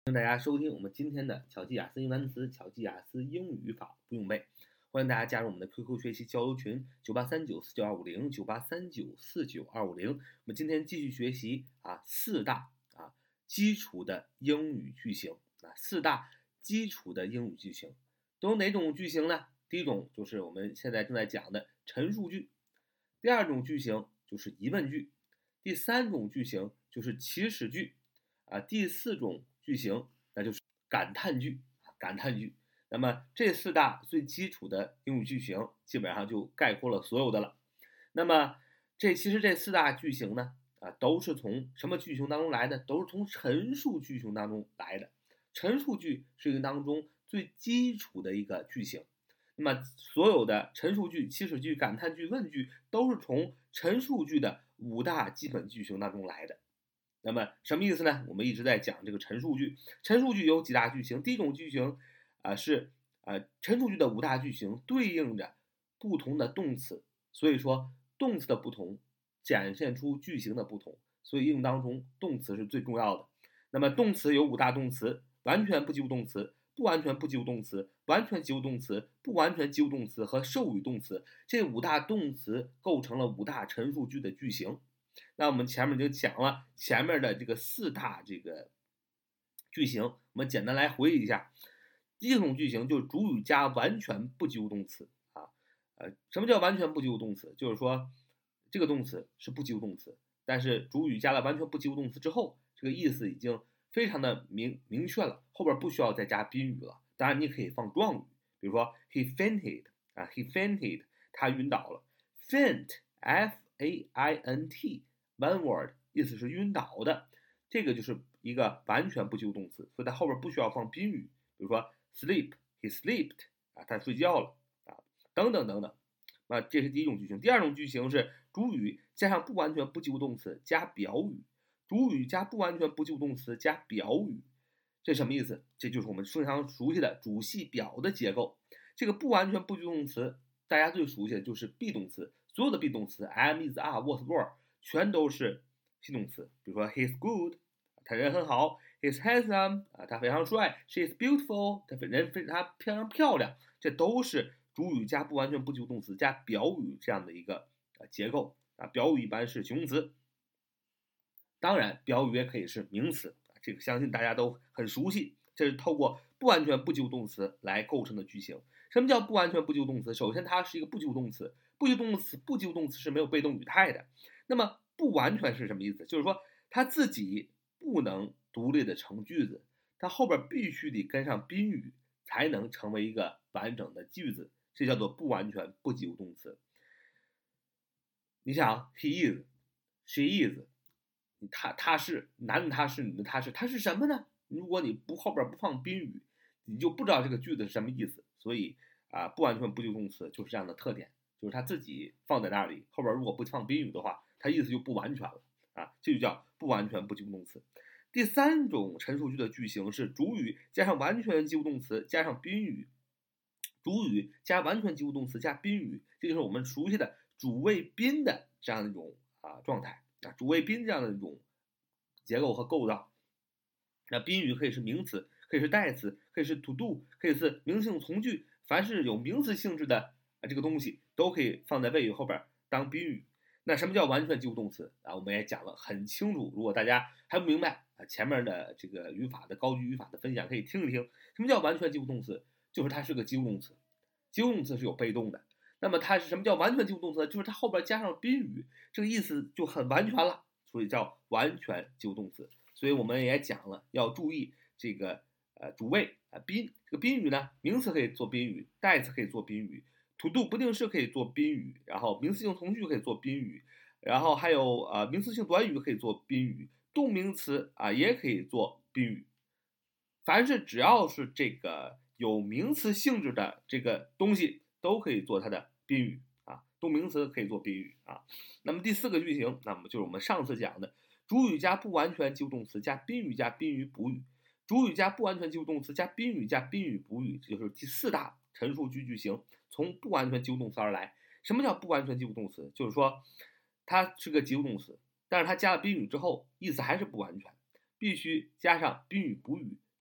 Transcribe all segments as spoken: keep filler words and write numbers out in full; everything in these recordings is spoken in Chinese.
欢迎大家收听我们今天的巧记雅思英单词、巧记雅思英语语法不用背。欢迎大家加入我们的 Q Q 学习交流群九八三九四九二五零九八三九四九二五零。我们今天继续学习啊四大啊基础的英语句型啊四大基础的英语句型都有哪种句型呢？第一种就是我们现在正在讲的陈述句，第二种句型就是疑问句，第三种句型就是祈使句啊，第四种句型那就是感叹句，感叹句。那么这四大最基础的英语句型基本上就概括了所有的了。那么这其实这四大句型呢，啊，都是从什么句型当中来的？都是从陈述句型当中来的。陈述句是一个当中最基础的一个句型。那么所有的陈述句、祈使句、感叹句、问句都是从陈述句的五大基本句型当中来的。那么什么意思呢？我们一直在讲这个陈述句，陈述句有几大句型。第一种句型，啊、呃、是呃陈述句的五大句型对应着不同的动词，所以说动词的不同展现出句型的不同，所以应用当中动词是最重要的。那么动词有五大动词：完全不及物动词、不完全不及物动词、完全及物动词、不完全及物动词和授予动词。这五大动词构成了五大陈述句的句型。那我们前面就讲了前面的这个四大这个句型，我们简单来回忆一下。第一种句型就是主语加完全不及物动词啊，呃，什么叫完全不及物动词？就是说这个动词是不及物动词，但是主语加了完全不及物动词之后，这个意思已经非常的明明确了，后边不需要再加宾语了。当然你可以放状语，比如说 he fainted 啊 ，he fainted 他晕倒了 ，faint f a i n t one word 意思是晕倒的，这个就是一个完全不及物动词，所以它后边不需要放宾语，比如说 sleep he slept 啊，他睡觉了啊，等等等等。啊，这是第一种句型。第二种句型是主语加上不完全不及物动词加表语，主语加不完全不及物动词加表语，这什么意思？这就是我们非常熟悉的主系表的结构。这个不完全不及物动词，大家最熟悉的就是 be 动词，所有的 be 动词 am is are was were 全都是系动词。比如说 he's good 他人很好， he's handsome 啊他非常帅， she's beautiful 他人非他非常漂亮，这都是主语加不完全不及物动词加表语这样的一个结构啊。表语一般是形容词，当然表语也可以是名词，这个相信大家都很熟悉。这是透过不完全不及物动词来构成的句型。什么叫不完全不及物动词？首先它是一个不及物动词，不及物动词不及物动词是没有被动语态的。那么不完全是什么意思？就是说它自己不能独立的成句子，它后边必须得跟上宾语才能成为一个完整的句子，这叫做不完全不及物动词。你想 he is she is 他他是男的他是女的他是他是什么呢？如果你不后边不放宾语，你就不知道这个句子是什么意思。所以啊，不完全不及物动词就是这样的特点，就是它自己放在那里，后边如果不放宾语的话，它意思就不完全了啊，这就叫不完全不及物动词。第三种陈述句的句型是主语加上完全及物动词加上宾语，主语加完全及物动词加宾语，这就是我们熟悉的主谓宾的这样的一种啊状态啊，主谓宾这样的一种结构和构造。那宾语可以是名词，可以是代词，可以是 to do， 可以是名词性从句，凡是有名词性质的啊这个东西都可以放在谓语后边当宾语。那什么叫完全及物动词啊？我们也讲了很清楚，如果大家还不明白啊，前面的这个语法的高级语法的分享可以听一听。什么叫完全及物动词？就是它是个及物动词，及物动词是有被动的。那么它是什么叫完全及物动词？就是它后边加上宾语，这个意思就很完全了，所以叫完全及物动词。所以我们也讲了，要注意这个呃主谓啊宾，这个宾语呢，名词可以做宾语，代词可以做宾语 ，to do 不定式可以做宾语，然后名词性从句可以做宾语，然后还有呃名词性短语可以做宾语，动名词啊也可以做宾语。凡是只要是这个有名词性质的这个东西，都可以做它的宾语啊，动名词可以做宾语啊。那么第四个句型，那么就是我们上次讲的。主语加不完全及物动词加宾语加宾语补语，主语加不完全及物动词加宾语加宾语补语，这就是第四大陈述句句型，从不完全及物动词而来。什么叫不完全及物动词？就是说它是个及物动词，但是它加了宾语之后，意思还是不完全，必须加上宾语补语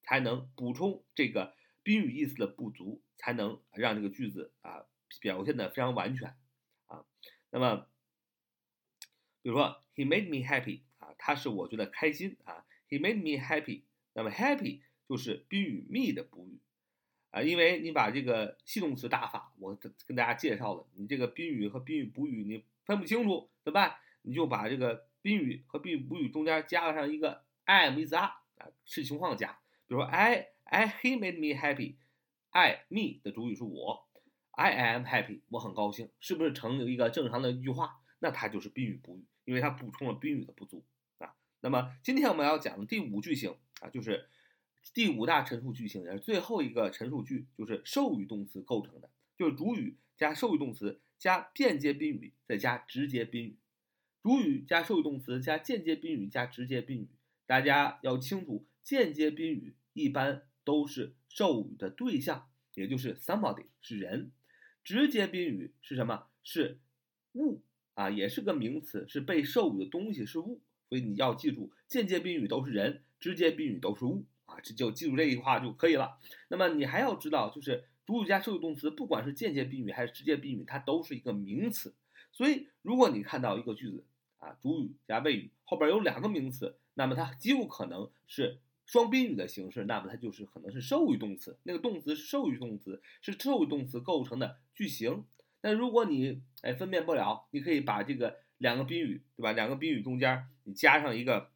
才能补充这个宾语意思的不足，才能让这个句子啊表现得非常完全啊。那么，比如说 he made me happy 啊，他使我觉得开心啊 ，he made me happy。那么 happy 就是宾语 me 的补语啊，因为你把这个系动词打法，我跟大家介绍了，你这个宾语和宾语补语你分不清楚怎么办？你就把这个宾语和宾语补语中间加上一个 I am is are 啊，视情况加。比如说 I I he made me happy，I me 的主语是我 ，I am happy 我很高兴，是不是成一个正常的一句话？那它就是宾语补语，因为它补充了宾语的不足啊。那么今天我们要讲的第五句型啊，就是第五大陈述句型，也是最后一个陈述句，就是授予动词构成的，就是主语加授予动词加间接宾语再加直接宾语。主语加授予动词加间接宾语加直接宾语，大家要清楚，间接宾语一般都是授予的对象，也就是 somebody 是人，直接宾语是什么？是物啊，也是个名词，是被授予的东西是物，所以你要记住，间接宾语都是人，直接宾语都是物啊，这就记住这一句话就可以了。那么你还要知道，就是主语加授予动词，不管是间接宾语还是直接宾语，它都是一个名词。所以如果你看到一个句子啊，主语加谓语后边有两个名词，那么它极有可能是双宾语的形式，那么它就是可能是授予动词，那个动词是授予动词，是授予动词构成的句型。那如果你哎分辨不了，你可以把这个两个宾语，对吧？两个宾语中间你加上一个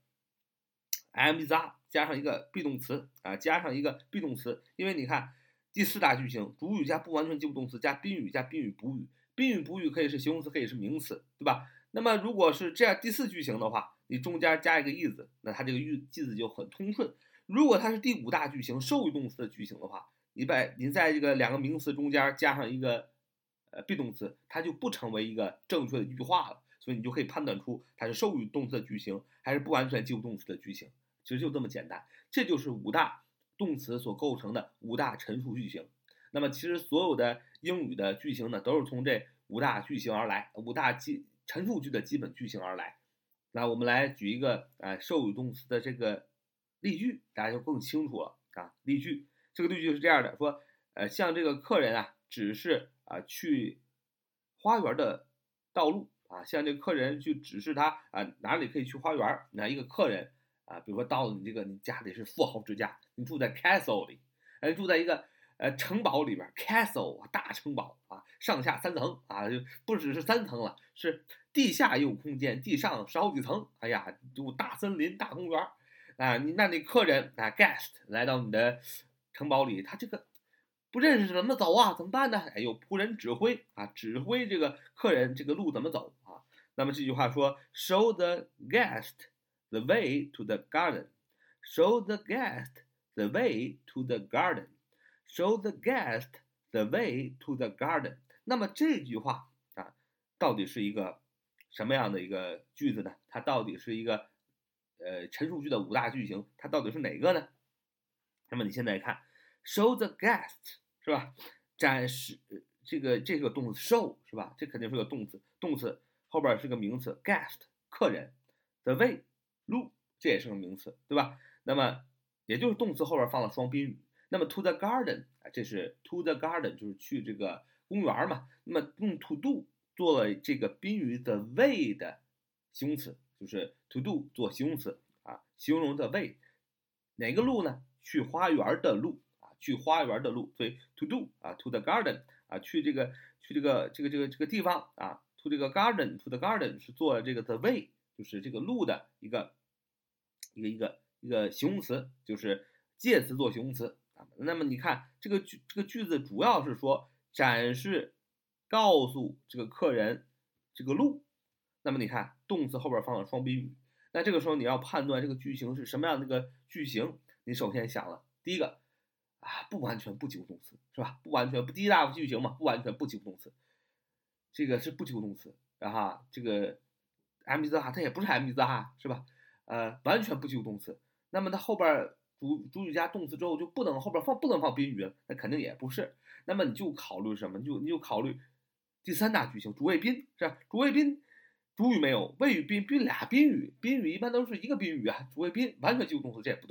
am is are， 加上一个 be 动词啊，加上一个 be 动词，因为你看第四大句型，主语加不完全及物动词加宾语加宾语补语，宾语补语可以是形容词，可以是名词，对吧？那么如果是这样第四句型的话，你中间加一个 is， 那它这个句子就很通顺。如果它是第五大句型授予动词的句型的话，你在你在这个两个名词中间加上一个呃 be 动词，它就不成为一个正确的一句话了，所以你就可以判断出它是授予动词的句型还是不完全及物动词的句型，其实就这么简单。这就是五大动词所构成的五大陈述句型。那么其实所有的英语的句型呢，都是从这五大句型而来，五大基陈述句的基本句型而来。那我们来举一个啊授予动词的这个例句，大家就更清楚了啊。例句，这个例句是这样的，说呃像这个客人啊指示啊去花园的道路啊，向这个客人去指示他啊哪里可以去花园。那一个客人啊，比如说到了你这个你家里是富豪之家，你住在 castle 里，哎住在一个呃城堡里边 castle 大城堡啊，上下三层啊，就不只是三层了，是地下也有空间，地上是好几层。哎呀，有大森林大公园啊，你那那客人啊 guest 来到你的城堡里，他这个不认识怎么走啊？怎么办呢？哎，有仆人指挥啊，指挥这个客人这个路怎么走啊？那么这句话说 ，show the guest the way to the garden. Show the guest the way to the garden. Show the guest the way to the garden. 那么这句话啊，到底是一个什么样的一个句子呢？它到底是一个呃陈述句的五大句型，它到底是哪个呢？那么你现在看 ，show the guest 是吧？展示这个这个动词 show 是吧？这肯定是个动词，动词后边是个名词 guest 客人 the way 路这也是个名词，对吧？那么也就是动词后边放了双宾语。那么 to the garden 啊，这是 to the garden 就是去这个公园嘛。那么用 to do 做了这个宾语 the way 的形容词，就是 to do 做形容词啊，形容 the way 哪个路呢？去花园的路啊，去花园的路，所以 to do 啊 to the garden 啊，去这个去这个这个这个这个地方啊 to 这个 garden to the garden 是做这个 the way 就是这个路的一个一个一个一个形容词，就是介词做形容词啊。那么你看这个句这个句子主要是说展示告诉这个客人这个路。那么你看动词后边放了双宾语，那这个时候你要判断这个句型是什么样的一个句型，你首先想了第一个啊，不完全不及物动词是吧？不完全不第一大句型嘛，不完全不及物动词，这个是不及物动词，然后这个 am is are 它也不是 am is are 是吧？呃，完全不及物动词，那么它后边主主语加动词之后就不能后边放不能放宾语，那肯定也不是。那么你就考虑什么？你就你就考虑第三大句型主谓宾是吧？主谓宾主语没有，谓语宾宾俩宾语，宾语一般都是一个宾语啊，主谓宾完全及物动词这也不对，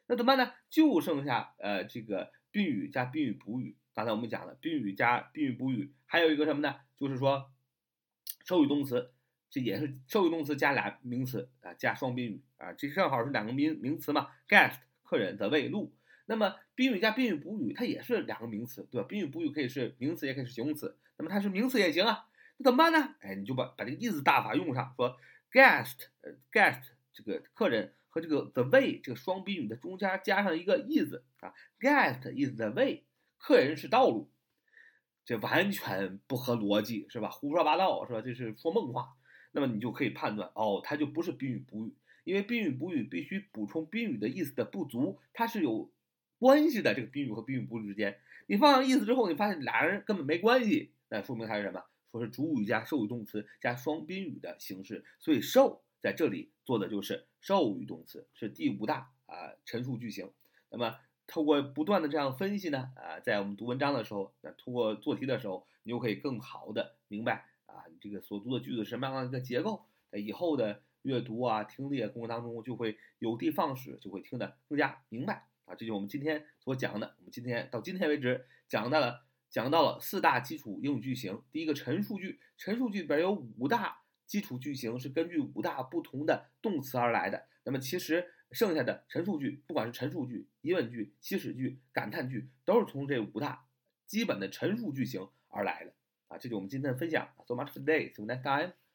那怎么办呢？就剩下呃这个宾语加宾语补语。刚才我们讲了宾语加宾语补语，还有一个什么呢？就是说授予动词，这也是授予动词加俩名词啊，加双宾语啊，这正好是两个名名词嘛 ，guest 客人，the way 路。那么宾语加宾语补语，它也是两个名词，对吧？宾语补语可以是名词，也可以是形容词。那么它是名词也行啊，那怎么办呢？哎，你就把把这个 is 大法用上，说 guest 呃 guest 这个客人和这个 the way 这个双宾语的中间加上一个 is 啊 ，guest is the way， 客人是道路。这完全不合逻辑，是吧？胡说八道，是吧？这是说梦话。那么你就可以判断，哦，它就不是宾语补语，因为宾语补语必须补充宾语的意思的不足，它是有关系的。这个宾语和宾语补语之间，你放上意思之后，你发现俩人根本没关系，那说明它是什么？说是主语加授予动词加双宾语的形式。所以受在这里做的就是授予动词，是第五大啊、呃、陈述句型。那么透过不断的这样分析呢，啊，在我们读文章的时候，那通过做题的时候，你就可以更好的明白啊，你这个所读的句子是什么样的一个结构，在以后的阅读啊、听力过程当中就会有的放矢，就会听得更加明白啊。这就是我们今天所讲的，我们今天到今天为止讲到了讲到了四大基础英语句型。第一个陈述句，陈述句里边有五大基础句型，是根据五大不同的动词而来的。那么其实剩下的陈述句，不管是陈述句、疑问句、祈使句、感叹句，都是从这五大基本的陈述句型而来的啊。这就是我们今天的分享。So much for today. See you next time.